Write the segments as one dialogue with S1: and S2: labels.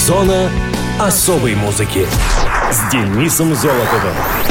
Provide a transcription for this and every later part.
S1: Зона особой музыки с Денисом Золотовым.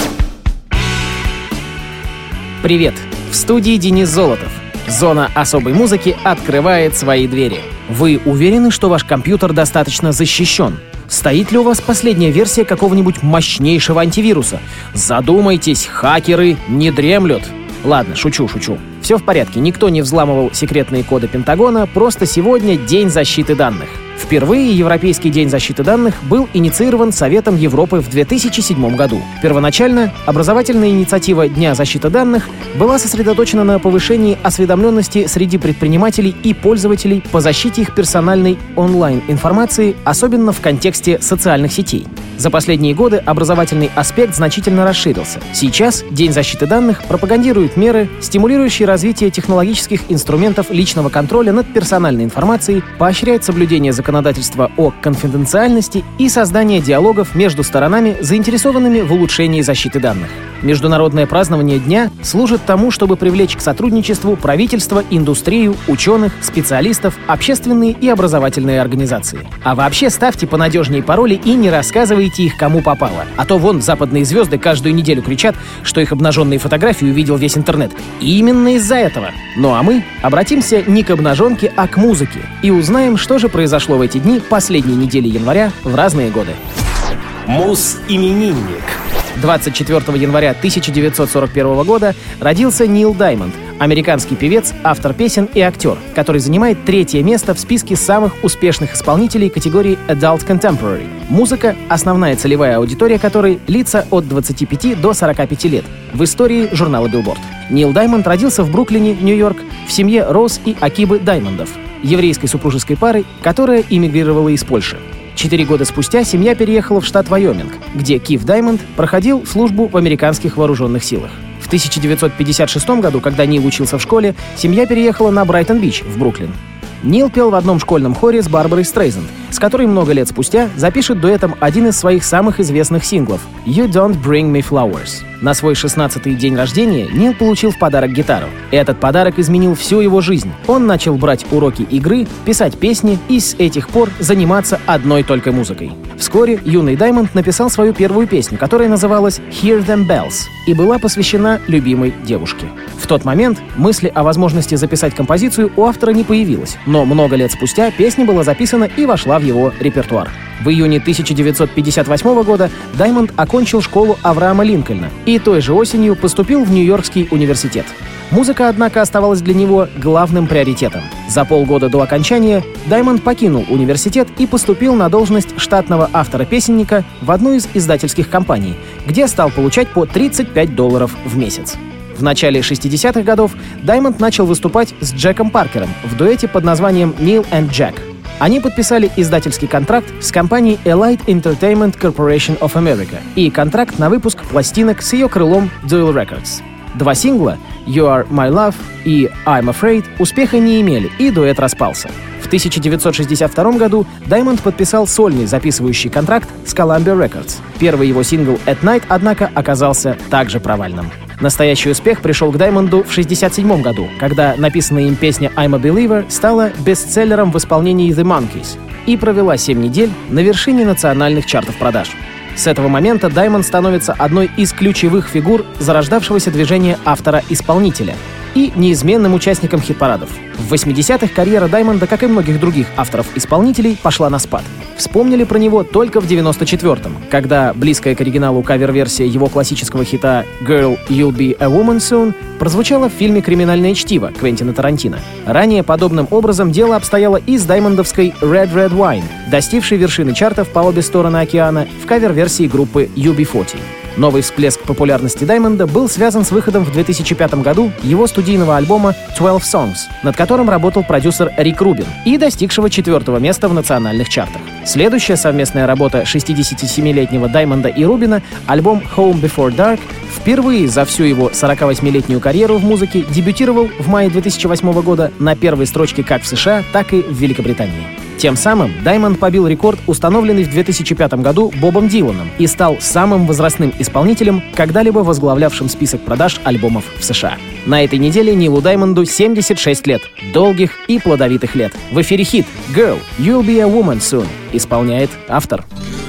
S2: Привет! В студии Денис Золотов. Зона особой музыки открывает свои двери. Вы уверены, что ваш компьютер достаточно защищен? Стоит ли у вас последняя версия какого-нибудь мощнейшего антивируса? Задумайтесь, хакеры не дремлют. Ладно, шучу. Все в порядке, никто не взламывал секретные коды Пентагона, просто сегодня День защиты данных. Впервые Европейский день защиты данных был инициирован Советом Европы в 2007 году. Первоначально образовательная инициатива Дня защиты данных была сосредоточена на повышении осведомленности среди предпринимателей и пользователей по защите их персональной онлайн-информации, особенно в контексте социальных сетей. За последние годы образовательный аспект значительно расширился. Сейчас День защиты данных пропагандирует меры, стимулирующие развитие технологических инструментов личного контроля над персональной информацией, поощряет соблюдение законодательства о конфиденциальности и создание диалогов между сторонами, заинтересованными в улучшении защиты данных. Международное празднование дня служит тому, чтобы привлечь к сотрудничеству правительство, индустрию, ученых, специалистов, общественные и образовательные организации. А вообще ставьте понадежнее пароли и не рассказывайте их кому попало. А то вон западные звезды каждую неделю кричат, что их обнаженные фотографии увидел весь интернет. И именно из-за этого. Ну а мы обратимся не к обнаженке, а к музыке. И узнаем, что же произошло в эти дни последней недели января в разные годы.
S1: Мус-именинник.
S2: 24 января 1941 года родился Нил Даймонд, американский певец, автор песен и актер, который занимает 3-е место в списке самых успешных исполнителей категории Adult Contemporary. Музыка, основная целевая аудитория которой лица от 25 до 45 лет, в истории журнала Billboard. Нил Даймонд родился в Бруклине, Нью-Йорк, в семье Роуз и Акибы Даймондов, еврейской супружеской пары, которая эмигрировала из Польши. 4 года спустя семья переехала в штат Вайоминг, где Киф Даймонд проходил службу в американских вооруженных силах. В 1956 году, когда Нил учился в школе, семья переехала на Брайтон-Бич в Бруклин. Нил пел в одном школьном хоре с Барбарой Стрейзанд, с которой много лет спустя запишет дуэтом один из своих самых известных синглов «You Don't Bring Me Flowers». На свой 16-й день рождения Нил получил в подарок гитару. Этот подарок изменил всю его жизнь. Он начал брать уроки игры, писать песни и с этих пор заниматься одной только музыкой. Вскоре юный Даймонд написал свою первую песню, которая называлась «Hear Them Bells» и была посвящена любимой девушке. В тот момент мысли о возможности записать композицию у автора не появилось, но много лет спустя песня была записана и вошла в его репертуар. В июне 1958 года Даймонд окончил школу Авраама Линкольна и той же осенью поступил в Нью-Йоркский университет. Музыка, однако, оставалась для него главным приоритетом. За полгода до окончания Даймонд покинул университет и поступил на должность штатного автора-песенника в одну из издательских компаний, где стал получать по $35 в месяц. В начале 60-х годов Даймонд начал выступать с Джеком Паркером в дуэте под названием «Neil and Jack». Они подписали издательский контракт с компанией Elite Entertainment Corporation of America и контракт на выпуск пластинок с ее крылом Dual Records. 2 сингла «You Are My Love» и «I'm Afraid» успеха не имели, и дуэт распался. В 1962 году Даймонд подписал сольный записывающий контракт с Columbia Records. Первый его сингл «At Night», однако, оказался также провальным. Настоящий успех пришел к Даймонду в 1967 году, когда написанная им песня «I'm a Believer» стала бестселлером в исполнении The Monkees и провела 7 недель на вершине национальных чартов продаж. С этого момента Даймонд становится одной из ключевых фигур зарождавшегося движения автора-исполнителя и неизменным участником хит-парадов. В 80-х карьера Даймонда, как и многих других авторов-исполнителей, пошла на спад. Вспомнили про него только в 94-м, когда близкая к оригиналу кавер-версия его классического хита «Girl, You'll Be a Woman Soon» прозвучала в фильме «Криминальное чтиво» Квентина Тарантино. Ранее подобным образом дело обстояло и с даймондовской «Red Red Wine», достигшей вершины чартов по обе стороны океана в кавер-версии группы UB40. Новый всплеск популярности Даймонда был связан с выходом в 2005 году его студийного альбома «12 Songs», над которым работал продюсер Рик Рубин и достигшего 4-го места в национальных чартах. Следующая совместная работа 67-летнего Даймонда и Рубина, альбом «Home Before Dark», впервые за всю его 48-летнюю карьеру в музыке дебютировал в мае 2008 года на первой строчке как в США, так и в Великобритании. Тем самым Даймонд побил рекорд, установленный в 2005 году Бобом Диланом, и стал самым возрастным исполнителем, когда-либо возглавлявшим список продаж альбомов в США. На этой неделе Нилу Даймонду 76 лет, долгих и плодовитых лет. В эфире хит «Girl, You'll Be a Woman Soon» исполняет автор.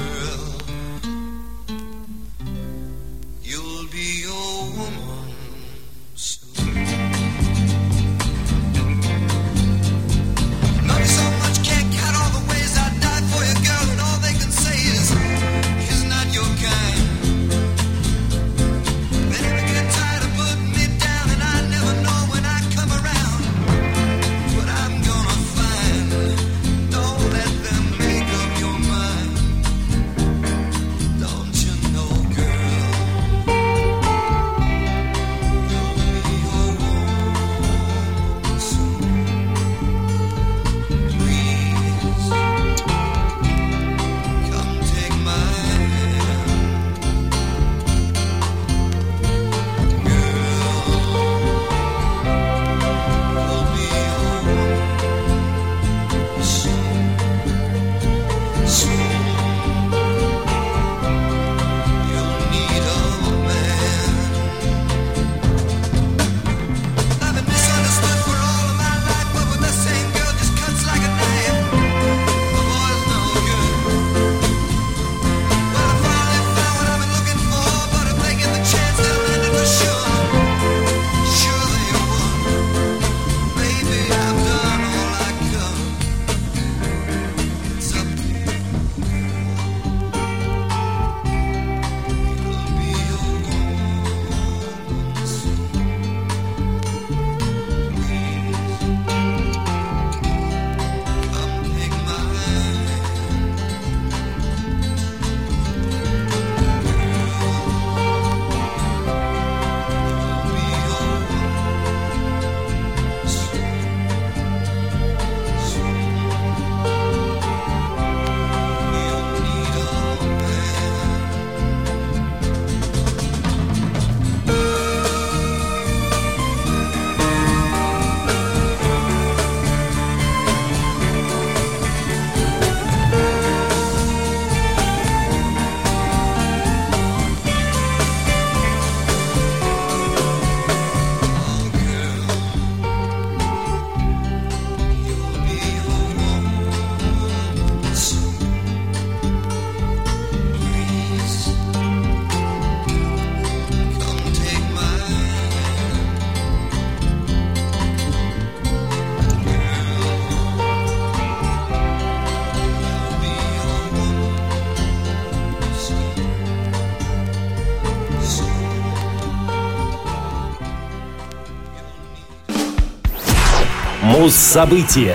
S1: Муз-события.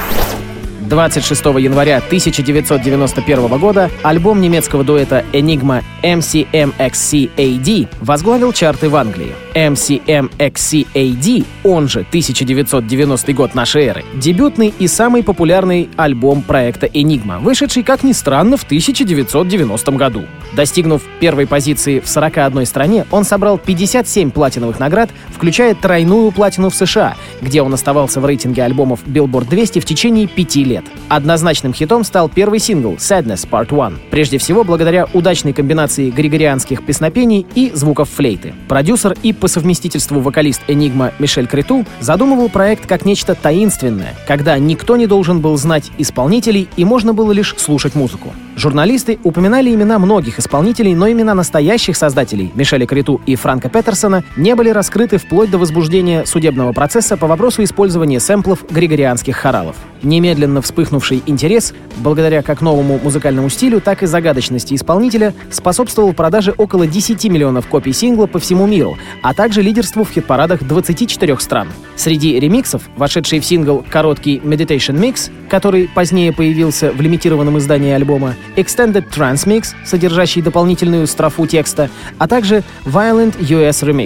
S2: 26 января 1991 года альбом немецкого дуэта Enigma MCMXCAD возглавил чарты в Англии. MCMXCAD, он же 1990 год нашей эры, дебютный и самый популярный альбом проекта Enigma, вышедший, как ни странно, в 1990 году. Достигнув первой позиции в 41 стране, он собрал 57 платиновых наград, включая тройную платину в США, где он оставался в рейтинге альбомов Billboard 200 в течение 5 лет. Однозначным хитом стал первый сингл «Sadness Part 1», прежде всего благодаря удачной комбинации григорианских песнопений и звуков флейты. Продюсер и по совместительству вокалист Enigma Мишель Крету задумывал проект как нечто таинственное, когда никто не должен был знать исполнителей и можно было лишь слушать музыку. Журналисты упоминали имена многих исполнителей, но имена настоящих создателей Мишеля Крету и Франка Петерсона не были раскрыты вплоть до возбуждения судебного процесса по вопросу использования сэмплов григорианских хоралов. Немедленно вспыхнувший интерес, благодаря как новому музыкальному стилю, так и загадочности исполнителя, способствовал продаже около 10 миллионов копий сингла по всему миру, а также лидерству в хит-парадах 24 стран. Среди ремиксов, вошедший в сингл короткий Meditation Mix, который позднее появился в лимитированном издании альбома, Extended Trance Mix, содержащий дополнительную строфу текста, а также Violent US Remix.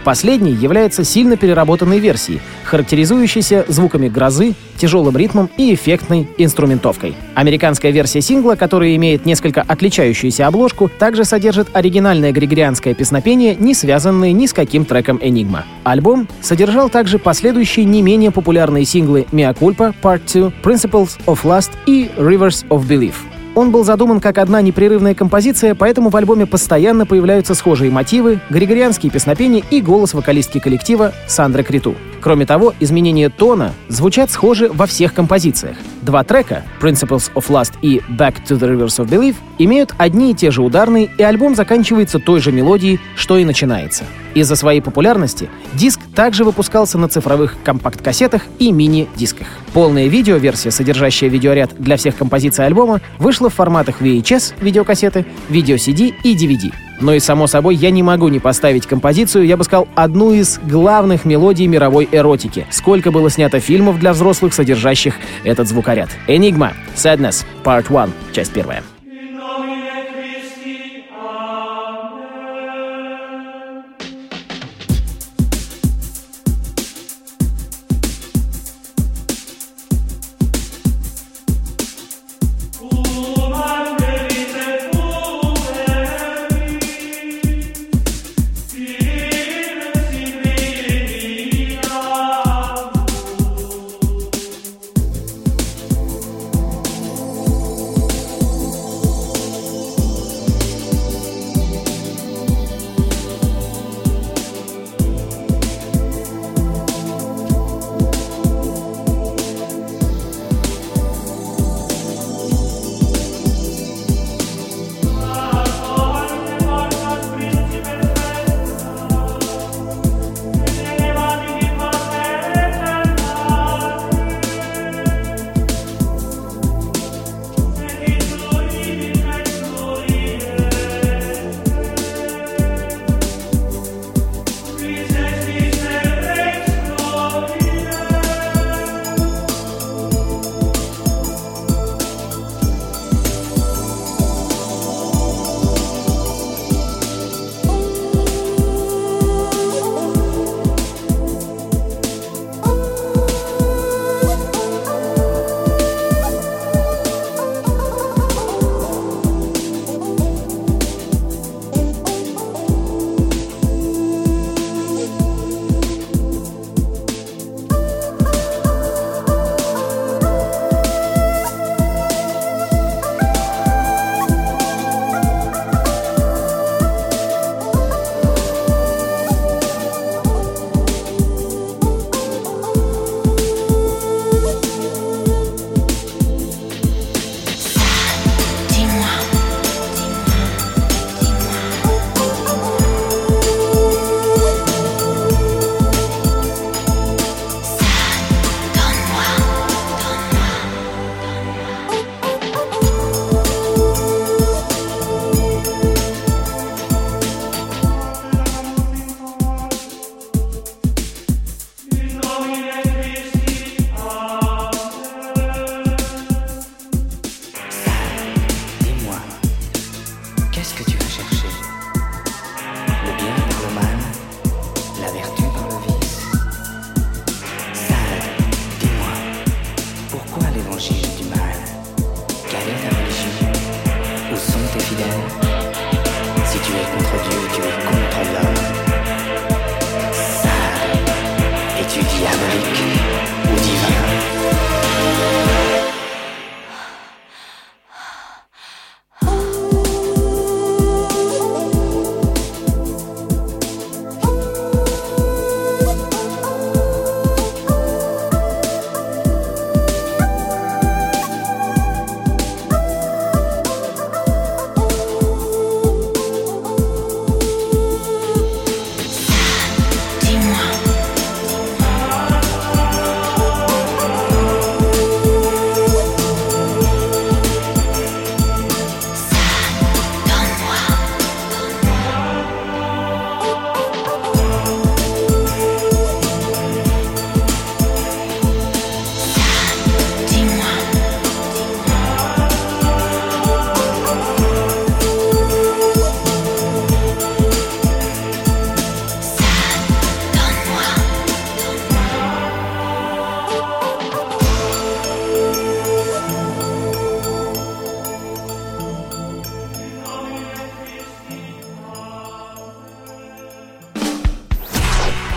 S2: Последний является сильно переработанной версией, характеризующейся звуками грозы, тяжелым ритмом и эффектной инструментовкой. Американская версия сингла, которая имеет несколько отличающуюся обложку, также содержит оригинальное григорианское песнопение, не связанное ни с каким треком Enigma. Альбом содержал также последующие не менее популярные синглы «Mea Culpa», «Part 2», «Principles of Lust» и «Rivers of Belief». Он был задуман как одна непрерывная композиция, поэтому в альбоме постоянно появляются схожие мотивы, григорианские песнопения и голос вокалистки коллектива Сандры Криту. Кроме того, изменения тона звучат схожи во всех композициях. Два трека «Principles of Lust» и «Back to the Rivers of Belief» имеют одни и те же ударные, и альбом заканчивается той же мелодией, что и начинается. Из-за своей популярности диск также выпускался на цифровых компакт-кассетах и мини-дисках. Полная видеоверсия, содержащая видеоряд для всех композиций альбома, вышла в форматах VHS видеокассеты, видео-CD и DVD. Но и, само собой, я не могу не поставить композицию, я бы сказал, одну из главных мелодий мировой эротики. Сколько было снято фильмов для взрослых, содержащих этот звукоряд. Enigma, Sadness, Part 1, часть 1.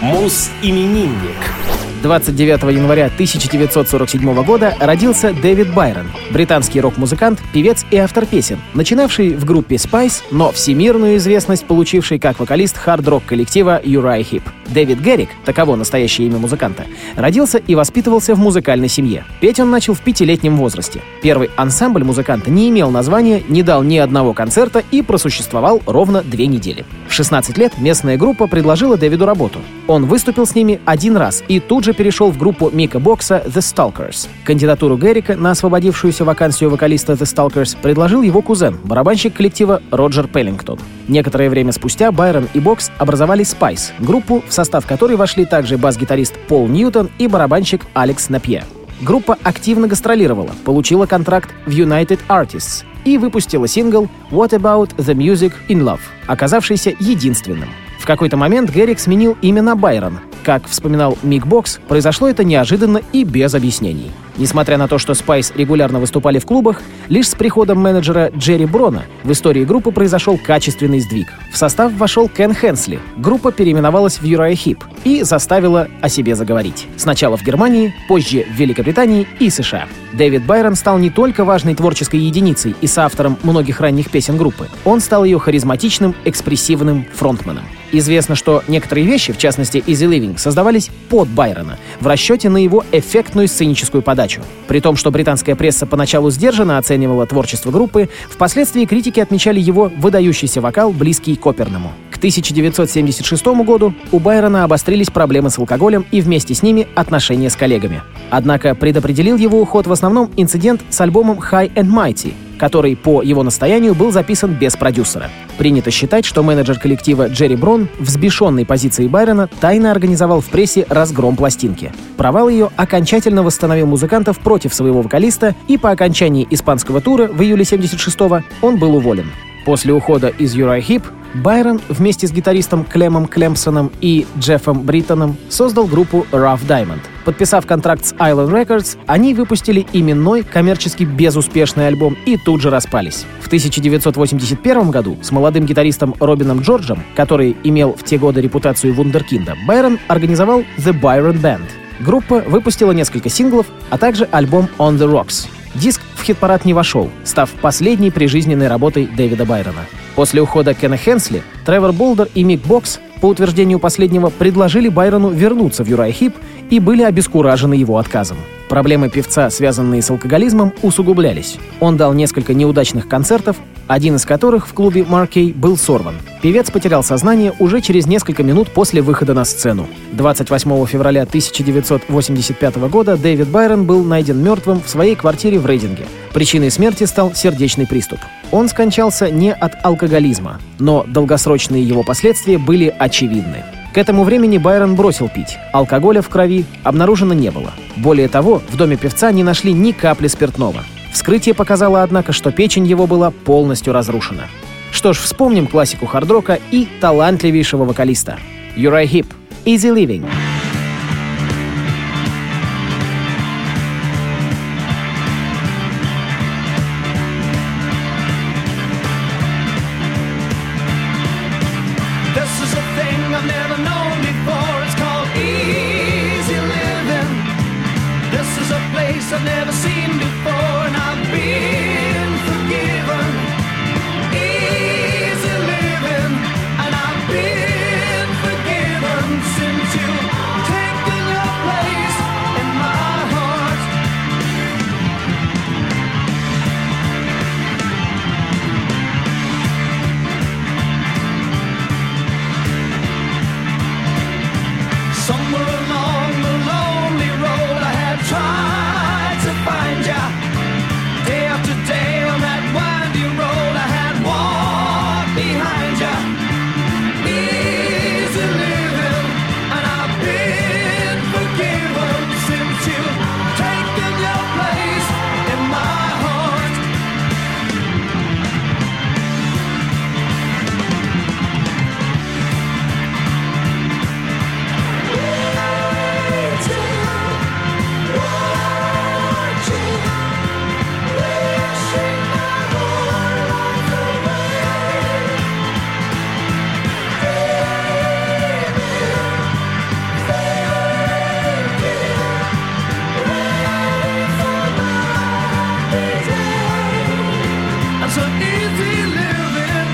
S1: Муз-именинник.
S2: 29 января 1947 года родился Дэвид Байрон, британский рок-музыкант, певец и автор песен, начинавший в группе Spice, но всемирную известность получивший как вокалист хард-рок коллектива Uriah Heep. Дэвид Геррик, таково настоящее имя музыканта, родился и воспитывался в музыкальной семье. Петь он начал в 5-летнем возрасте. Первый ансамбль музыканта не имел названия, не дал ни одного концерта и просуществовал ровно 2 недели. В 16 лет местная группа предложила Дэвиду работу. Он выступил с ними 1 раз и тут же перешел в группу Мика Бокса The Stalkers. Кандидатуру Геррика на освободившуюся вакансию вокалиста The Stalkers предложил его кузен, барабанщик коллектива Роджер Пеллингтон. Некоторое время спустя Байрон и Бокс образовали Spice, группу, в состав которой вошли также бас-гитарист Пол Ньютон и барабанщик Алекс Напье. Группа активно гастролировала, получила контракт в United Artists и выпустила сингл «What About the Music in Love», оказавшийся единственным. В какой-то момент Геррик сменил имя на Байрон. Как вспоминал Мик Бокс, произошло это неожиданно и без объяснений. Несмотря на то, что Spice регулярно выступали в клубах, лишь с приходом менеджера Джерри Брона в истории группы произошел качественный сдвиг. В состав вошел Кен Хенсли. Группа переименовалась в Uriah Heep и заставила о себе заговорить. Сначала в Германии, позже в Великобритании и США. Дэвид Байрон стал не только важной творческой единицей и соавтором многих ранних песен группы. Он стал ее харизматичным, экспрессивным фронтменом. Известно, что некоторые вещи, в частности Easy Living, создавались под Байрона в расчете на его эффектную сценическую подачу. При том, что британская пресса поначалу сдержанно оценивала творчество группы, впоследствии критики отмечали его выдающийся вокал, близкий к оперному. К 1976 году у Байрона обострились проблемы с алкоголем и вместе с ними отношения с коллегами. Однако предопределил его уход в основном инцидент с альбомом High and Mighty, который по его настоянию был записан без продюсера. Принято считать, что менеджер коллектива Джерри Брон, взбешенный позицией Байрона, тайно организовал в прессе разгром пластинки. Провал ее окончательно восстановил музыкантов против своего вокалиста, и по окончании испанского тура в июле 1976-го он был уволен. После ухода из Uriah Heep Байрон вместе с гитаристом Клемом Клемпсоном и Джеффом Бриттоном создал группу Rough Diamond. Подписав контракт с Island Records, они выпустили именной, коммерчески безуспешный альбом и тут же распались. В 1981 году с молодым гитаристом Робином Джорджем, который имел в те годы репутацию вундеркинда, Байрон организовал The Byron Band. Группа выпустила несколько синглов, а также альбом On the Rocks. Диск в хит-парад не вошел, став последней прижизненной работой Дэвида Байрона. После ухода Кена Хенсли, Тревор Болдер и Мик Бокс, по утверждению последнего, предложили Байрону вернуться в Uriah Heep и были обескуражены его отказом. Проблемы певца, связанные с алкоголизмом, усугублялись. Он дал несколько неудачных концертов, один из которых в клубе Marquee был сорван. Певец потерял сознание уже через несколько минут после выхода на сцену. 28 февраля 1985 года Дэвид Байрон был найден мертвым в своей квартире в Рейдинге. Причиной смерти стал сердечный приступ. Он скончался не от алкоголизма, но долгосрочные его последствия были очевидны. К этому времени Байрон бросил пить. Алкоголя в крови обнаружено не было. Более того, в доме певца не нашли ни капли спиртного. Вскрытие показало, однако, что печень его была полностью разрушена. Что ж, вспомним классику хард-рока и талантливейшего вокалиста. Uriah Heep, Easy Living.
S3: I've never known before. It's called easy living. This is a place I've never seen before, and I've been forgiven. Easy living, and I've been forgiven since you've taken your place in my heart. Somewhere along the lonely road I have tried to find so easy living.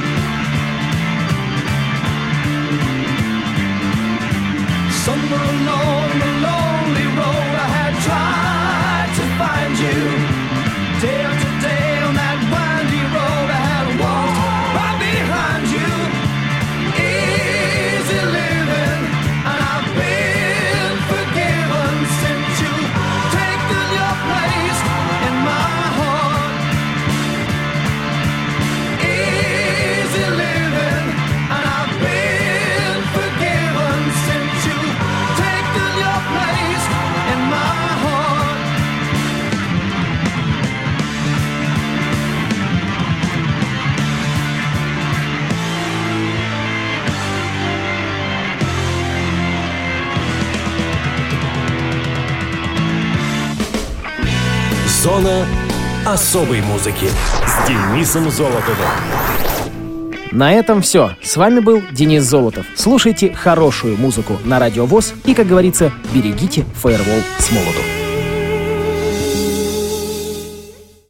S3: Somewhere along the lonely road I had tried to find you. Day after day on that windy road I had walked right behind you. Easy living, and I've been forgiven since you've taken your place in my heart. Easy living, and I've been forgiven since you've taken your place in my heart.
S1: Зона особой музыки с Денисом Золотовым.
S2: На этом все. С вами был Денис Золотов. Слушайте хорошую музыку на Радио ВОС и, как говорится, берегите фаервол с молоду.